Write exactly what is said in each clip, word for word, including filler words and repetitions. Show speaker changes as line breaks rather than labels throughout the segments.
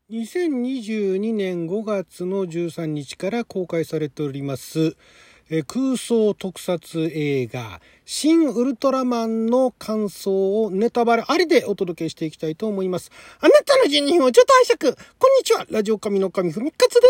にせんにじゅうにねんごがつのじゅうさんにちから公開されておりますえ空想特撮映画新ウルトラマンの感想をネタバレありでお届けしていきたいと思います。あなたの人人をちょっと拝借。こんにちは、ラジオ神の神ふみかつです。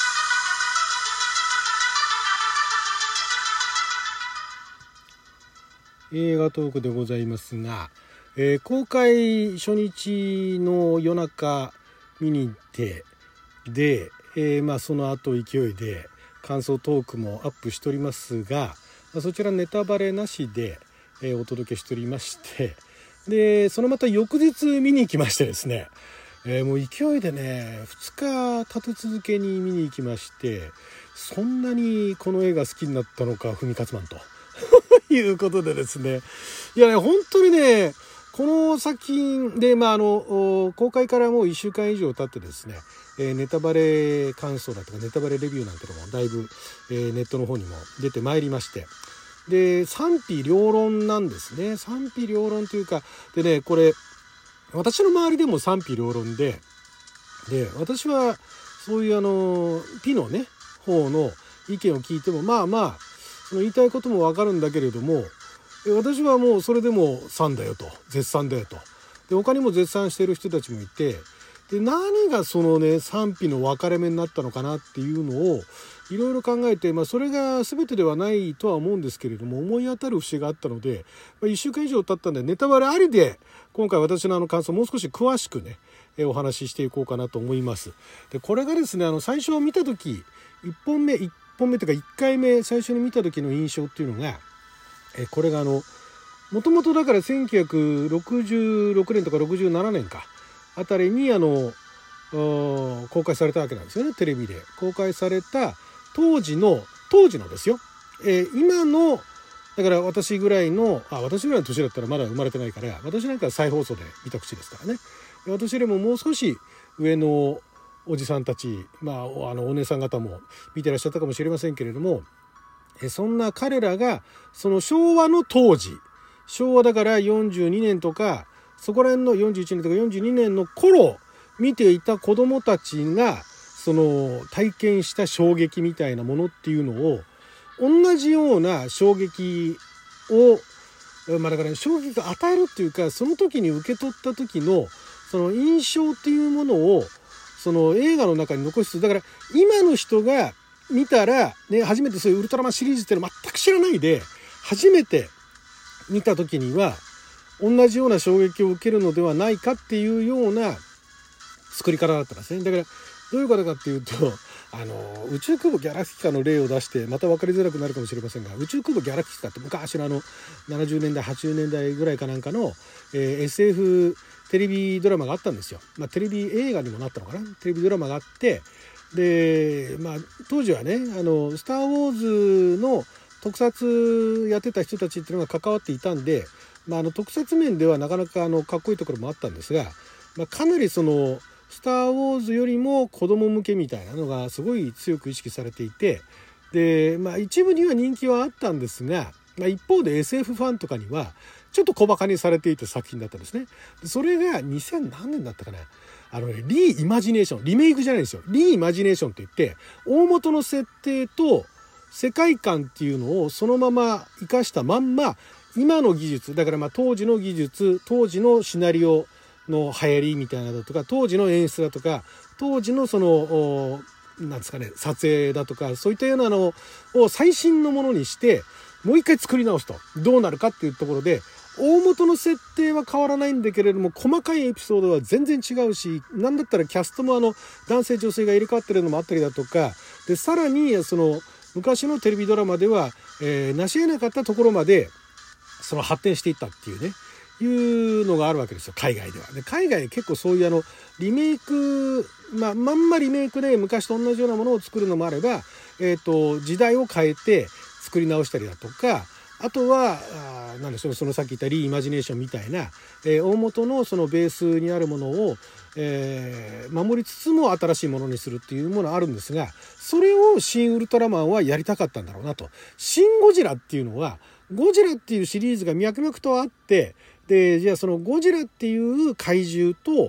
映画トークでございますが、えー、公開初日の夜中見に行ってで、えー、まあその後勢いで感想トークもアップしておりますが、まあ、そちらネタバレなしで、えー、お届けしておりまして、でそのまた翌日見に行きましてですね、えー、もう勢いでねふつか立て続けに見に行きまして、そんなにこの映画好きになったのかふみかつマンということでですね、いやね本当にねこの作品で、まあ、あの公開からもういっしゅうかん以上経ってですね、えー、ネタバレ感想だとかネタバレレビューなんてのもだいぶ、えー、ネットの方にも出てまいりまして、で賛否両論なんですね。賛否両論というかでね、これ私の周りでも賛否両論で、で私はそういうあのピのね方の意見を聞いてもまあまあその言いたいこともわかるんだけれども、私はもうそれでも賛だよと、絶賛だよと。で他にも絶賛している人たちもいて、で何がそのね賛否の分かれ目になったのかなっていうのをいろいろ考えて、まあ、それが全てではないとは思うんですけれども、思い当たる節があったので、まあ、いっしゅうかん以上経ったんでネタバレありで今回私のあの感想をもう少し詳しくねお話ししていこうかなと思います。でこれがですね、あの最初見た時いっぽんめいっぽんめというかいっかいめ最初に見た時の印象っていうのが、えこれがあのもともとだからせんきゅうひゃくろくじゅうろくねんとかろくじゅうななねんかあたりにあの公開されたわけなんですよね。テレビで公開された当時の当時のですよ、えー、今のだから私ぐらいのあ私ぐらいの年だったらまだ生まれてないから、私なんかは再放送で見た口ですからね。私よりももう少し上のおじさんたち、まあ、あのお姉さん方も見てらっしゃったかもしれませんけれども、えそんな彼らがその昭和の当時、昭和だからよんじゅうにねんとかそこら辺のよんじゅういちねんとかよんじゅうにねんの頃見ていた子どもたちがその体験した衝撃みたいなものっていうのを同じような衝撃を、まあ、だから衝撃を与えるっていうか、その時に受け取った時のその印象っていうものをその映画の中に残す。だから今の人が見たら、ね、初めてそういうウルトラマンシリーズっていうのを全く知らないで初めて見た時には同じような衝撃を受けるのではないかっていうような作り方だったんですね。だからどういうことかっていうと、あの宇宙空母ギャラクティカの例を出してまた分かりづらくなるかもしれませんが、宇宙空母ギャラクティカって昔のあのななじゅうねんだいはちじゅうねんだいぐらいかなんかの、えー、エスエフ テレビドラマがあったんですよ。まあ、テレビ映画にもなったのかな。テレビドラマがあって、で、まあ、当時はねあのスター・ウォーズの特撮やってた人たちっていうのが関わっていたんで、まあ、あの特撮面ではなかなかあのかっこいいところもあったんですが、まあ、かなりそのスター・ウォーズよりも子供向けみたいなのがすごい強く意識されていて、で、まあ、一部には人気はあったんですが、まあ、一方で エスエフ ファンとかにはちょっと小馬鹿にされていた作品だったんですね。それがにせん何年だったかな、あのね、リーイマジネーション、リメイクじゃないですよ、リーイマジネーションって言って大元の設定と世界観っていうのをそのまま生かしたまんま今の技術だから、まあ当時の技術、当時のシナリオの流行りみたいなだとか、当時の演出だとか、当時のそのなんですかね撮影だとか、そういったようなのを最新のものにしてもう一回作り直すとどうなるかっていうところで、大元の設定は変わらないんだけれども細かいエピソードは全然違うし、なんだったらキャストもあの男性女性が入れ替わってるのもあったりだとかで、さらにその昔のテレビドラマでは、えー、成し得なかったところまでその発展していったっていうねいうのがあるわけですよ、海外では。で海外結構そういうあのリメイク、まあ、まんまリメイクで昔と同じようなものを作るのもあれば、えーと、時代を変えて作り直したりだとか、あとはあなんでしょう、そのさっき言ったリーイマジネーションみたいな、えー、大元のそのベースにあるものを、えー、守りつつも新しいものにするっていうものあるんですが、それを新ウルトラマンはやりたかったんだろうなと。シン・ゴジラっていうのはゴジラっていうシリーズが脈々とあって、でじゃあそのゴジラっていう怪獣と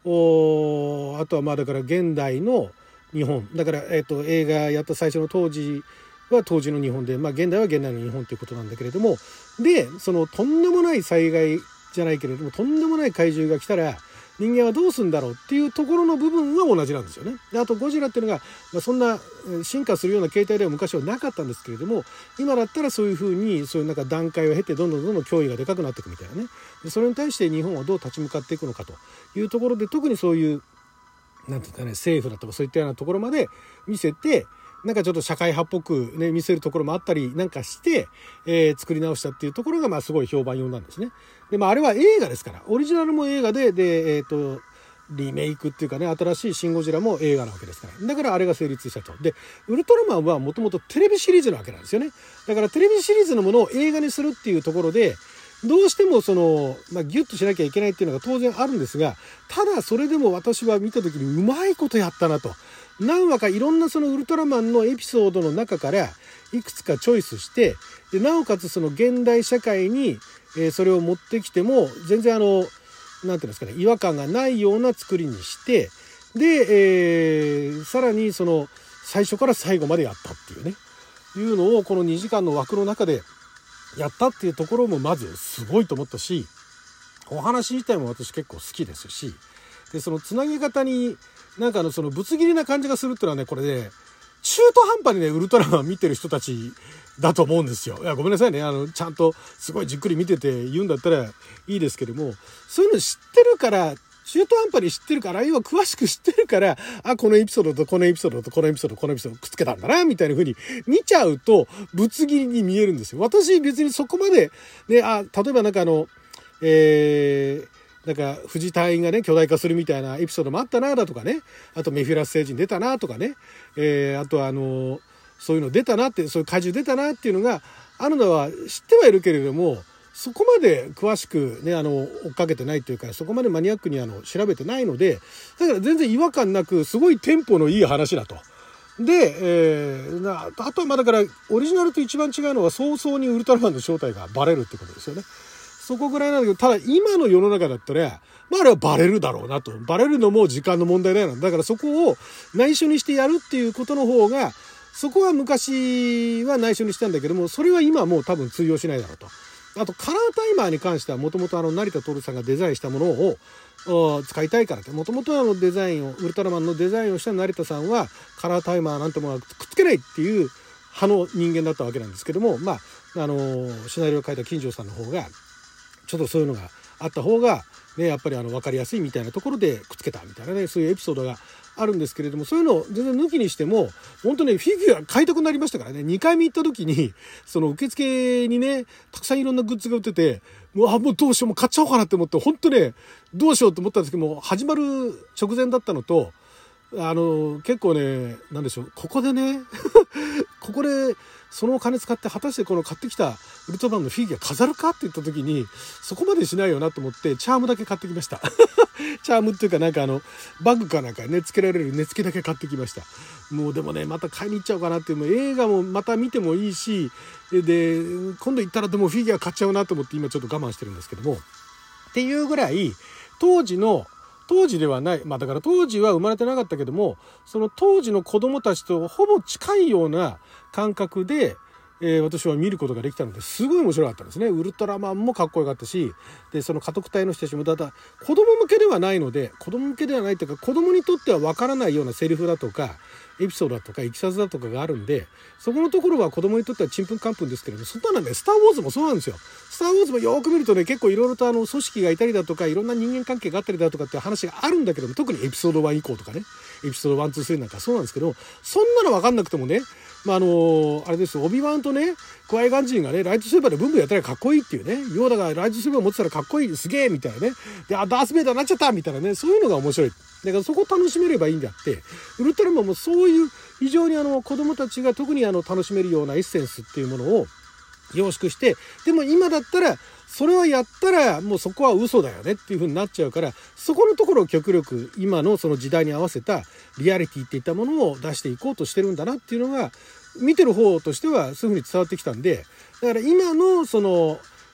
おあとはまあだから現代の日本だから、えー、と映画やった最初の当時は当時の日本で、まあ、現代は現代の日本ということなんだけれども、でそのとんでもない災害じゃないけれどもとんでもない怪獣が来たら人間はどうするんだろうっていうところの部分は同じなんですよね。であとゴジラっていうのが、まあ、そんな進化するような形態では昔はなかったんですけれども、今だったらそういうふうにそういうなんか段階を経てどんどんどんどん脅威がでかくなっていくみたいなね。でそれに対して日本はどう立ち向かっていくのかというところで、特にそういうなんていうかね、政府だとかそういったようなところまで見せて、なんかちょっと社会派っぽくね見せるところもあったりなんかして、えー、作り直したっていうところがまあすごい評判を呼んだんですね。でまああれは映画ですから、オリジナルも映画ででえっ、ー、とリメイクっていうかね、新しいシンゴジラも映画なわけですから、だからあれが成立したと。でウルトラマンはもともとテレビシリーズなわけなんですよね。だからテレビシリーズのものを映画にするっていうところでどうしてもその、まあ、ギュッとしなきゃいけないっていうのが当然あるんですが、ただそれでも私は見た時にうまいことやったなと。何話かいろんなそのウルトラマンのエピソードの中からいくつかチョイスして、でなおかつその現代社会に、えー、それを持ってきても全然あのなんていうんですかね、違和感がないような作りにして、で、えー、さらにその最初から最後までやったっていうねいうのをこのにじかんの枠の中でやったっていうところもまずすごいと思ったし、お話自体も私結構好きですし、でそのつなぎ方になんかあのそのぶつ切りな感じがするっていうのはね、これね中途半端にねウルトラマン見てる人たちだと思うんですよ。いやごめんなさいね、あのちゃんとすごいじっくり見てて言うんだったらいいですけども、そういうの知ってるから、中途半端に知ってるから、要は詳しく知ってるから、あこのエピソードとこのエピソードとこのエピソードこのエピソードくっつけたんだなみたいな風に見ちゃうとぶつ切りに見えるんですよ。私別にそこまでね、あ例えばなんかあのえーなんか藤隊員がね巨大化するみたいなエピソードもあったなだとかね、あとメフィラス星人出たなとかね、えー、あとはあのそういうの出たなって、そういう怪獣出たなっていうのがあるのは知ってはいるけれども、そこまで詳しくねあの追っかけてないというか、そこまでマニアックにあの調べてないので、だから全然違和感なくすごいテンポのいい話だと。で、えー、なあとはまあだからオリジナルと一番違うのは早々にウルトラマンの正体がバレるってことですよね。そこぐらいなんだけど、ただ今の世の中だったら、まああれはバレるだろうなと。バレるのも時間の問題だよな。だからそこを内緒にしてやるっていうことの方が、そこは昔は内緒にしたんだけども、それは今はもう多分通用しないだろうと。あとカラータイマーに関してはもともとあの成田徹さんがデザインしたものを使いたいからって、もともとあのデザインを、ウルトラマンのデザインをした成田さんはカラータイマーなんてものはくっつけないっていう派の人間だったわけなんですけども、まあ、あの、シナリオを書いた金城さんの方が、ちょっとそういうのがあった方が、ね、やっぱりあの分かりやすいみたいなところでくっつけたみたいなね、そういうエピソードがあるんですけれども、そういうのを全然抜きにしても、本当ね、フィギュア買いたくなりましたからね、にかいめ行った時に、その受付にね、たくさんいろんなグッズが売ってて、もう、あ、もうどうしよう、もう買っちゃおうかなって思って、本当ね、どうしようと思ったんですけども、始まる直前だったのと、あの、結構ね、なんでしょう、ここでね、ここで、そのお金使って果たしてこの買ってきたウルトラマンのフィギュア飾るかって言った時にそこまでしないよなと思ってチャームだけ買ってきましたチャームっていうかなんかあのバッグかなんかねつけられる根付けだけ買ってきました。もうでもねまた買いに行っちゃおうかなっていう、もう映画もまた見てもいいし、で今度行ったらでもフィギュア買っちゃうなと思って今ちょっと我慢してるんですけども、っていうぐらい当時の当時ではない、まあだから当時は生まれてなかったけども、その当時の子供たちとほぼ近いような感覚で、えー、私は見ることができたのですごい面白かったんですね。ウルトラマンもかっこよかったし、でその家督隊の人たちもだだ子供向けではないので、子供向けではないというか子供にとってはわからないようなセリフだとかエピソードだとかいきさつだとかがあるんで、そこのところは子供にとってはちんぷんかんぷんですけれども、そんなのねスター・ウォーズもそうなんですよ。スター・ウォーズもよく見るとね結構いろいろとあの組織がいたりだとかいろんな人間関係があったりだとかっていう話があるんだけども、特にエピソードワン以降とかね、エピソードワン、ツー、スリーなんかそうなんですけど、そんなの分かんなくてもね、まああのあれですよ、オビワンとねクワイガンジンがねライトセーバーでブンブンやったらかっこいいっていうね、ヨーダがライトセーバー持ってたらかっこいいすげえみたいなね、であダースベイダーになっちゃったみたいなね、そういうのが面白い。だからそこを楽しめればいいんであって、ウルトラマンもそういう非常にあの子供たちが特にあの楽しめるようなエッセンスっていうものを凝縮して、でも今だったらそれをやったらもうそこは嘘だよねっていう風になっちゃうから、そこのところを極力今のその時代に合わせたリアリティっていったものを出していこうとしてるんだなっていうのが見てる方としてはそういう風に伝わってきたんで、だから今のその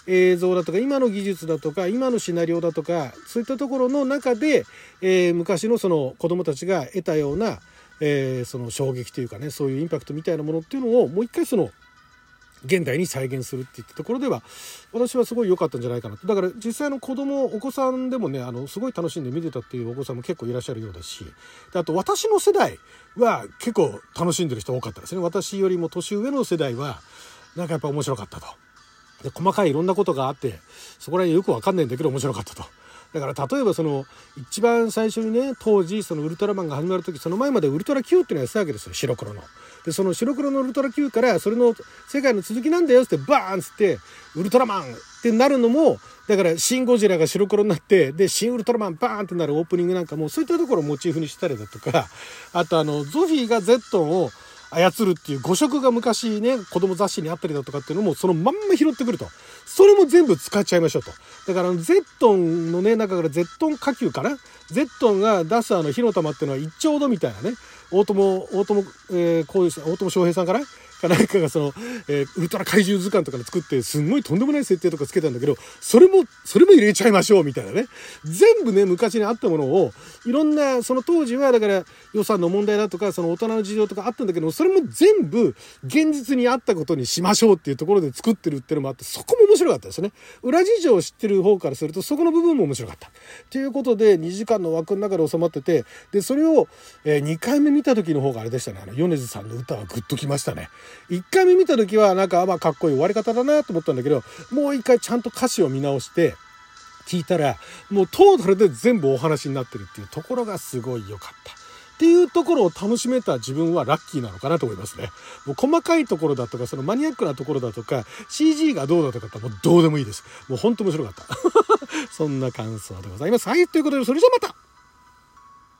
映像だとか今の技術だとか今のシナリオだとかそういったところの中で、えー、昔のその子どもたちが得たような、えー、その衝撃というかねそういうインパクトみたいなものっていうのをもう一回その現代に再現するっていったところでは私はすごい良かったんじゃないかなと。だから実際の子供お子さんでもねあのすごい楽しんで見てたっていうお子さんも結構いらっしゃるようですし、であと私の世代は結構楽しんでる人多かったですね。私よりも年上の世代はなんかやっぱ面白かったと。で細かいいろんなことがあってそこら辺よく分かんないんだけど面白かったと。だから例えばその一番最初にね当時そのウルトラマンが始まる時その前までウルトラ Q っていうのをやってたわけですよ、白黒の。でその白黒のウルトラ Q からそれの世界の続きなんだよってバーンっつってウルトラマンってなるのもだからシン・ゴジラが白黒になってでシン・ウルトラマンバーンってなるオープニングなんかもそういったところをモチーフにしたりだとか、あとあのゾフィーがゼットンを操るっていう誤色が昔ね子供雑誌にあったりだとかっていうのもそのまんま拾ってくると、それも全部使っちゃいましょうと。だからゼットンのね中からゼットン火球かな、ゼットンが出すあの火の玉っていうのはいっちょうどみたいなね、大友大友、えー、こういう大友翔平さんかなかなんかがその、えー、ウルトラ怪獣図鑑とかで作ってすんごいとんでもない設定とかつけたんだけど、それもそれも入れちゃいましょうみたいなね、全部ね昔にあったものをいろんなその当時はだから予算の問題だとかその大人の事情とかあったんだけど、それも全部現実にあったことにしましょうっていうところで作ってるっていうのもあって、そこも面白かったですね。裏事情を知ってる方からするとそこの部分も面白かったということでにじかんの枠の中で収まってて、でそれを、えー、にかいめ見た時の方があれでしたね、あの米津さんの歌はグッときましたね。いっかいめ見た時はなんかまあかっこいい終わり方だなと思ったんだけど、もう一回ちゃんと歌詞を見直して聞いたらもうトータルで全部お話になってるっていうところがすごい良かったっていうところを楽しめた自分はラッキーなのかなと思いますね。もう細かいところだとかそのマニアックなところだとか シージー がどうだとかってもうどうでもいいです。もう本当面白かったそんな感想でございます。はい、ということでそれじゃまた。